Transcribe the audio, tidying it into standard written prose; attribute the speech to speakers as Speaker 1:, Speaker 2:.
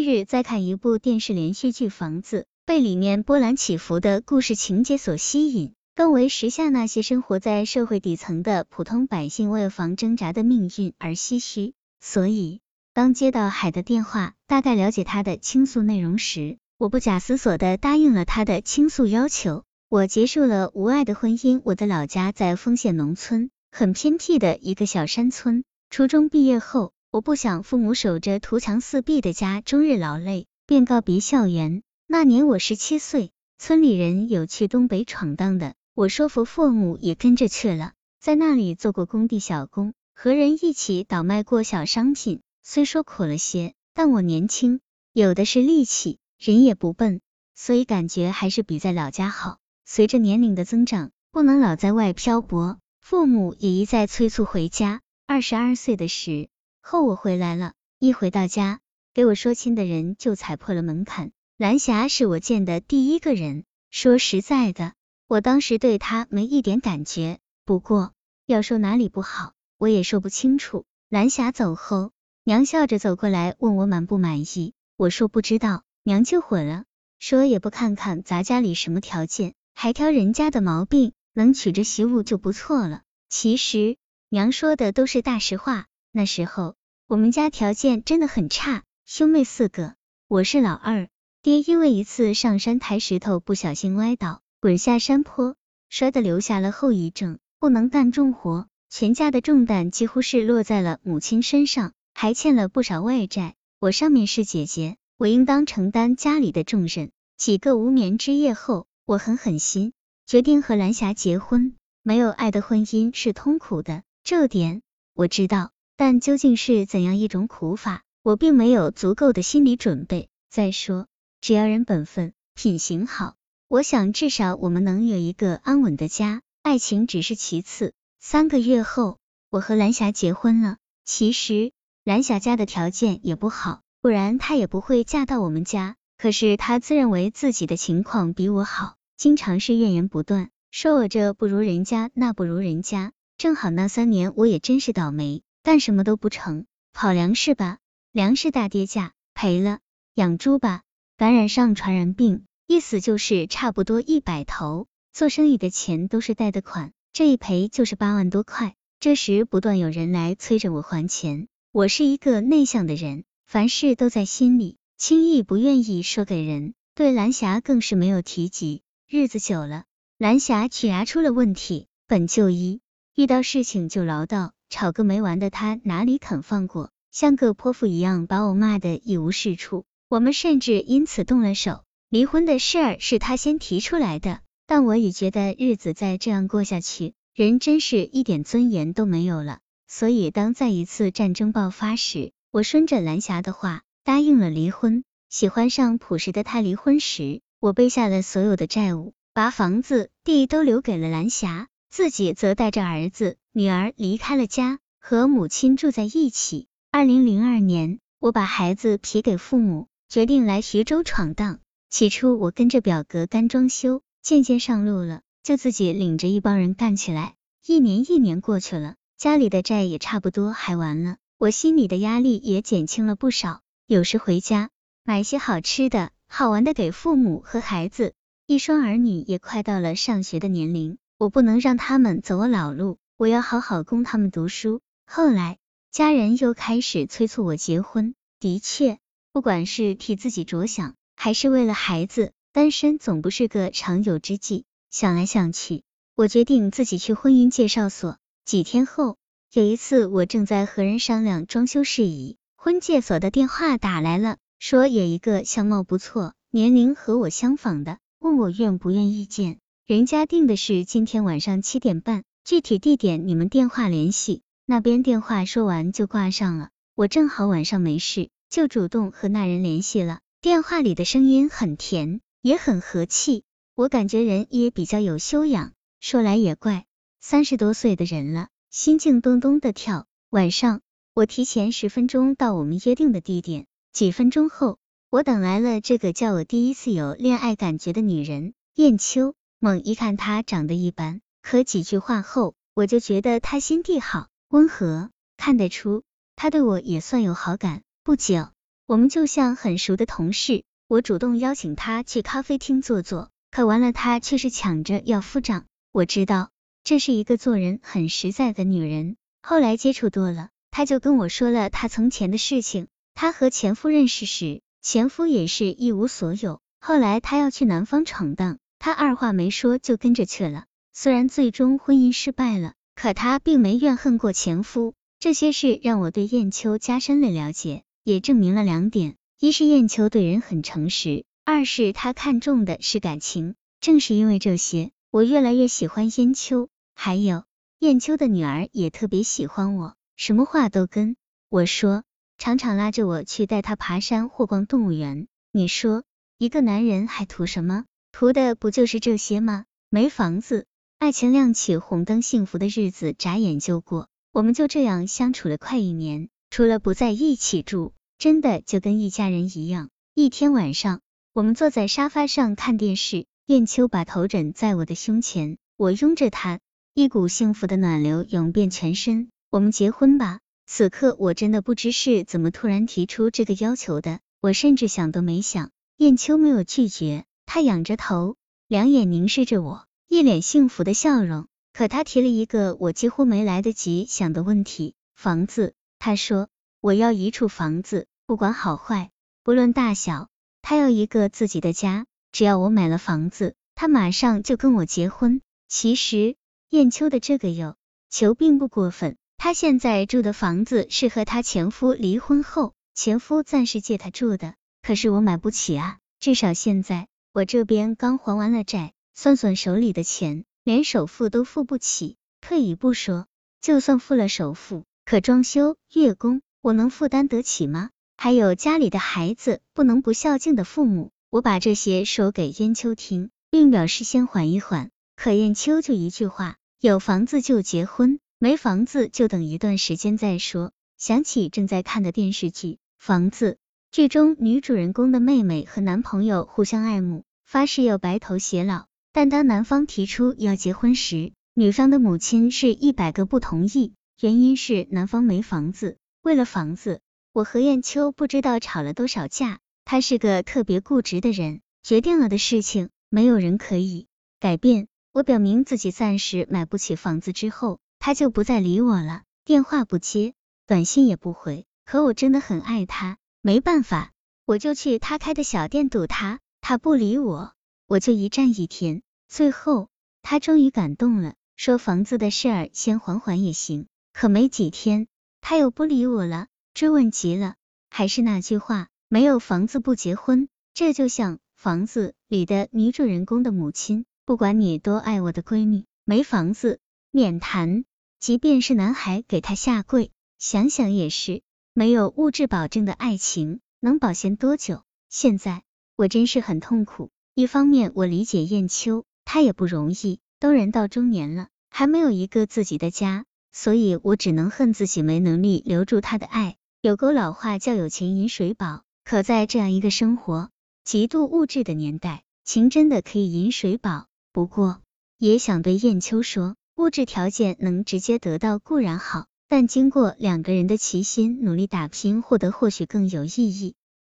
Speaker 1: 日在看一部电视连续剧《房子》，被里面波澜起伏的故事情节所吸引，更为时下那些生活在社会底层的普通百姓为房挣扎的命运而唏嘘。所以，当接到海的电话，大概了解他的倾诉内容时，我不假思索地答应了他的倾诉要求。我结束了无爱的婚姻，我的老家在丰县农村，很偏僻的一个小山村。初中毕业后，我不想父母守着图墙四壁的家终日劳累，便告别校园。那年我17岁，村里人有去东北闯荡的，我说服父母也跟着去了，在那里做过工地小工，和人一起倒卖过小商品，虽说苦了些，但我年轻，有的是力气，人也不笨，所以感觉还是比在老家好。随着年龄的增长，不能老在外漂泊，父母也一再催促回家。22岁的时候我回来了，一回到家，给我说亲的人就踩破了门槛。蓝霞是我见的第一个人，说实在的，我当时对他没一点感觉，不过要说哪里不好，我也说不清楚。蓝霞走后，娘笑着走过来问我满不满意，我说不知道，娘就混了，说也不看看咱家里什么条件，还挑人家的毛病，能娶着媳妇就不错了。其实娘说的都是大实话，那时候我们家条件真的很差，兄妹4个，我是老二。爹因为一次上山抬石头不小心歪倒，滚下山坡，摔得留下了后遗症，不能干重活，全家的重担几乎是落在了母亲身上，还欠了不少外债。我上面是姐姐，我应当承担家里的重任。几个无眠之夜后，我狠心决定和蓝霞结婚。没有爱的婚姻是痛苦的，这点我知道，但究竟是怎样一种苦法，我并没有足够的心理准备。再说，只要人本分，品行好，我想至少我们能有一个安稳的家，爱情只是其次。3个月后，我和蓝霞结婚了。其实蓝霞家的条件也不好，不然她也不会嫁到我们家，可是她自认为自己的情况比我好，经常是怨言不断，说我这不如人家，那不如人家。正好那3年我也真是倒霉，干什么都不成，跑粮食吧，粮食大跌价，赔了；养猪吧，感染上传染病，意思就是差不多100头。做生意的钱都是贷的款，这一赔就是8万多块。这时不断有人来催着我还钱，我是一个内向的人，凡事都在心里，轻易不愿意说给人，对蓝霞更是没有提及。日子久了，蓝霞曲牙出了问题，本就医，遇到事情就唠叨，吵个没完的她哪里肯放过，像个泼妇一样把我骂得一无是处。我们甚至因此动了手，离婚的事儿是她先提出来的，但我也觉得日子再这样过下去，人真是一点尊严都没有了。所以当再一次战争爆发时，我顺着蓝霞的话答应了离婚。喜欢上朴实的他离婚时，我背下了所有的债务，把房子地都留给了蓝霞，自己则带着儿子女儿离开了家，和母亲住在一起。2002年，我把孩子批给父母，决定来徐州闯荡。起初我跟着表哥干装修，渐渐上路了，就自己领着一帮人干起来。一年过去了，家里的债也差不多还完了，我心里的压力也减轻了不少。有时回家买些好吃的好玩的给父母和孩子，一双儿女也快到了上学的年龄，我不能让他们走我老路，我要好好供他们读书。后来家人又开始催促我结婚，的确，不管是替自己着想，还是为了孩子，单身总不是个长久之计。想来想去，我决定自己去婚姻介绍所。几天后，有一次我正在和人商量装修事宜，婚介所的电话打来了，说有一个相貌不错，年龄和我相仿的，问我愿不愿意见。人家定的是今天晚上7点半，具体地点你们电话联系。那边电话说完就挂上了，我正好晚上没事，就主动和那人联系了。电话里的声音很甜，也很和气，我感觉人也比较有修养。说来也怪，30多岁的人了，心静咚咚的跳。晚上我提前10分钟到我们约定的地点，几分钟后，我等来了这个叫我第一次有恋爱感觉的女人燕秋。猛一看她长得一般，可几句话后，我就觉得她心地好，温和，看得出她对我也算有好感。不久， 我们就像很熟的同事，我主动邀请他去咖啡厅坐坐，可完了他却是抢着要付账。我知道这是一个做人很实在的女人。后来接触多了，她就跟我说了她从前的事情。她和前夫认识时，前夫也是一无所有，后来她要去南方闯荡，她二话没说就跟着去了。虽然最终婚姻失败了，可她并没怨恨过前夫。这些事让我对燕秋加深了了解，也证明了2点：一是燕秋对人很诚实，二是她看重的是感情。正是因为这些，我越来越喜欢燕秋。还有，燕秋的女儿也特别喜欢我，什么话都跟我说，常常拉着我去带她爬山或逛动物园。你说，一个男人还图什么？图的不就是这些吗？没房子，爱情亮起红灯，幸福的日子眨眼就过。我们就这样相处了快1年，除了不在一起住，真的就跟一家人一样。一天晚上，我们坐在沙发上看电视，燕秋把头枕在我的胸前，我拥着她，一股幸福的暖流涌遍全身。我们结婚吧。此刻我真的不知是怎么突然提出这个要求的，我甚至想都没想。燕秋没有拒绝，她仰着头，两眼凝视着我，一脸幸福的笑容。可她提了一个我几乎没来得及想的问题，房子。她说，我要一处房子，不管好坏，不论大小，她要一个自己的家。只要我买了房子，她马上就跟我结婚。其实燕秋的这个要求并不过分，她现在住的房子是和她前夫离婚后前夫暂时借她住的，可是我买不起啊，至少现在我这边刚还完了债，算算手里的钱，连首付都付不起。退一步说，就算付了首付，可装修、月供我能负担得起吗？还有家里的孩子，不能不孝敬的父母。我把这些说给燕秋听，并表示先缓一缓。可燕秋就一句话，有房子就结婚，没房子就等一段时间再说。想起正在看的电视剧《房子》，剧中女主人公的妹妹和男朋友互相爱慕，发誓要白头偕老，但当男方提出要结婚时，女方的母亲是100个不同意，原因是男方没房子。为了房子，我和燕秋不知道吵了多少架。他是个特别固执的人，决定了的事情没有人可以改变。我表明自己暂时买不起房子之后，他就不再理我了，电话不接，短信也不回。可我真的很爱他，没办法，我就去他开的小店堵他，他不理我，我就一站1天。最后他终于感动了，说房子的事儿先缓缓也行。可没几天，他又不理我了，追问急了，还是那句话，没有房子不结婚。这就像房子里的女主人公的母亲，不管你多爱我的闺女，没房子免谈，即便是男孩给她下跪，想想也是，没有物质保证的爱情能保鲜多久？现在我真是很痛苦。一方面我理解燕秋，她也不容易，都人到中年了，还没有一个自己的家，所以我只能恨自己没能力留住她的爱。有câu老话叫有钱饮水饱，可在这样一个生活极度物质的年代，情真的可以饮水饱。不过也想对燕秋说，物质条件能直接得到固然好，但经过2个人的齐心努力打拼获得或许更有意义。